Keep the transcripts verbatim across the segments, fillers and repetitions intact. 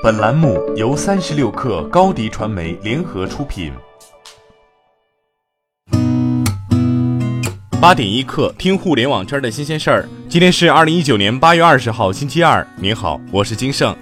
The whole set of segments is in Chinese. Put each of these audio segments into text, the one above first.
本栏目由三十六氪高迪传媒联合出品。八点一刻，听互联网圈的新鲜事儿。今天是二零一九年八月二十号，星期二。您好，我是金盛。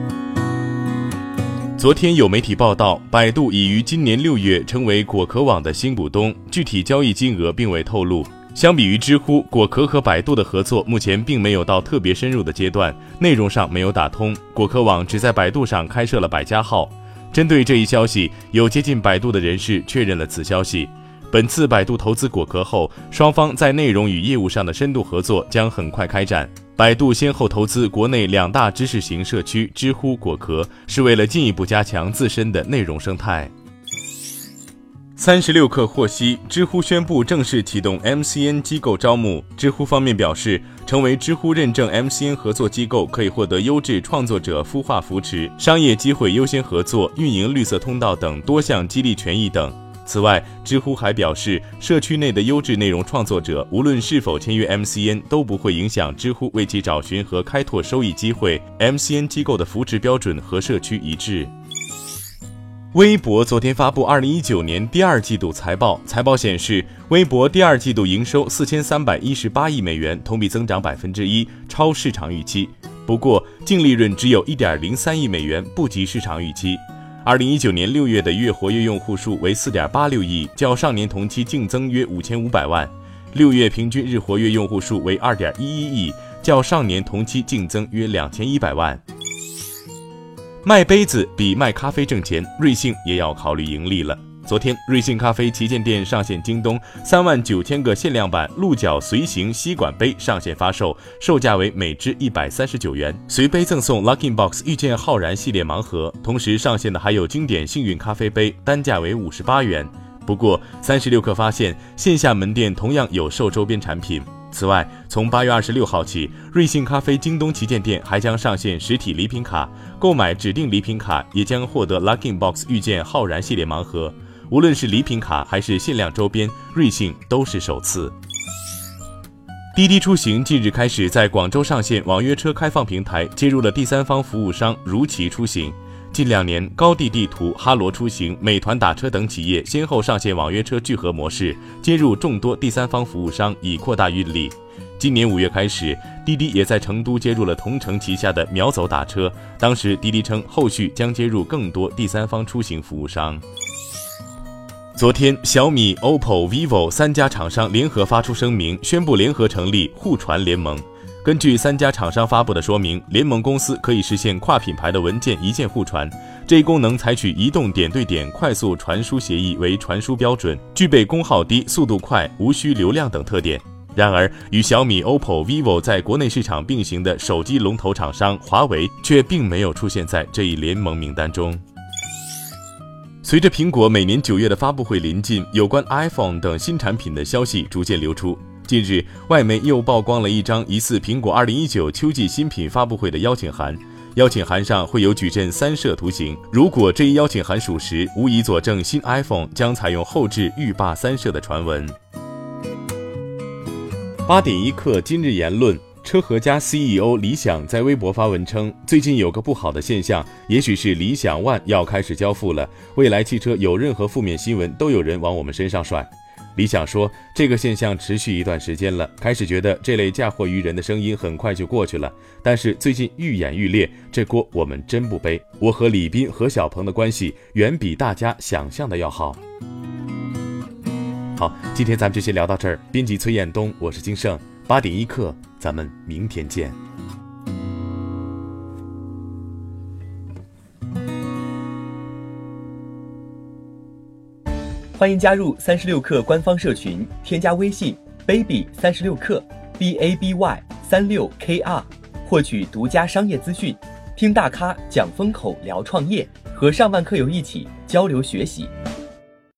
昨天有媒体报道，百度已于今年六月成为果壳网的新股东，具体交易金额并未透露。相比于知乎，果壳和百度的合作目前并没有到特别深入的阶段，内容上没有打通。果壳网只在百度上开设了百家号。针对这一消息，有接近百度的人士确认了此消息。本次百度投资果壳后，双方在内容与业务上的深度合作将很快开展。百度先后投资国内两大知识型社区知乎、果壳，是为了进一步加强自身的内容生态。三十六氪获悉，知乎宣布正式启动 M C N 机构招募。知乎方面表示，成为知乎认证 M C N 合作机构可以获得优质创作者孵化扶持、商业机会优先合作、运营绿色通道等多项激励权益等。此外，知乎还表示，社区内的优质内容创作者无论是否签约 M C N 都不会影响知乎为其找寻和开拓收益机会。M C N 机构的扶持标准和社区一致。微博昨天发布二零一九年第二季度财报，财报显示，微博第二季度营收四千三百一十八亿美元，同比增长百分之一，超市场预期。不过，净利润只有一点零三亿美元，不及市场预期。二零一九年六月的月活跃用户数为四点八六亿，较上年同期净增约五千五百万。六月平均日活跃用户数为二点一一亿，较上年同期净增约两千一百万。卖杯子比卖咖啡挣钱，瑞幸也要考虑盈利了。昨天，瑞幸咖啡旗舰店上线京东，三万九千个限量版鹿角随行吸管杯上线发售，售价为每支一百三十九元，随杯赠送 Lucky Box 遇见浩然系列盲盒，同时上线的还有经典幸运咖啡杯，单价为五十八元。不过，三十六氪发现，线下门店同样有售周边产品。此外，从八月二十六号起，瑞幸咖啡京东旗舰店还将上线实体礼品卡，购买指定礼品卡也将获得 Lucky Box 遇见浩然系列盲盒。无论是礼品卡还是限量周边，瑞幸都是首次。滴滴出行近日开始在广州上线网约车开放平台，接入了第三方服务商如祺出行。近两年，高地地图、哈罗出行、美团打车等企业先后上线网约车聚合模式，接入众多第三方服务商，以扩大运力。今年五月开始，滴滴也在成都接入了同城旗下的秒走打车，当时滴滴称后续将接入更多第三方出行服务商。昨天，小米、O P P O、vivo 三家厂商联合发出声明，宣布联合成立互传联盟。根据三家厂商发布的说明，联盟公司可以实现跨品牌的文件一键互传，这一功能采取移动点对点快速传输协议为传输标准，具备功耗低、速度快、无需流量等特点。然而，与小米、O P P O、vivo 在国内市场并行的手机龙头厂商华为却并没有出现在这一联盟名单中。随着苹果每年九月的发布会临近，有关 iPhone 等新产品的消息逐渐流出。近日，外媒又曝光了一张疑似苹果二零一九秋季新品发布会的邀请函，邀请函上会有矩阵三摄图形。如果这一邀请函属实，无疑佐证新 iPhone 将采用后置浴霸三摄的传闻。八点一刻今日言论，车和家 C E O 李想在微博发文称，最近有个不好的现象，也许是理想 ONE 要开始交付了，未来汽车有任何负面新闻都有人往我们身上甩。李想说，这个现象持续一段时间了，开始觉得这类嫁祸于人的声音很快就过去了，但是最近愈演愈烈，这锅我们真不背。我和李斌和小鹏的关系远比大家想象的要好。好，今天咱们就先聊到这儿。编辑崔彦东，我是金盛，八点一刻，咱们明天见。 欢迎加入三十六氪官方社群，添加微信 baby 三十六氪 b a b y 三六 k r， 获取独家商业资讯，听大咖讲风口，聊创业，和上万客友一起交流学习。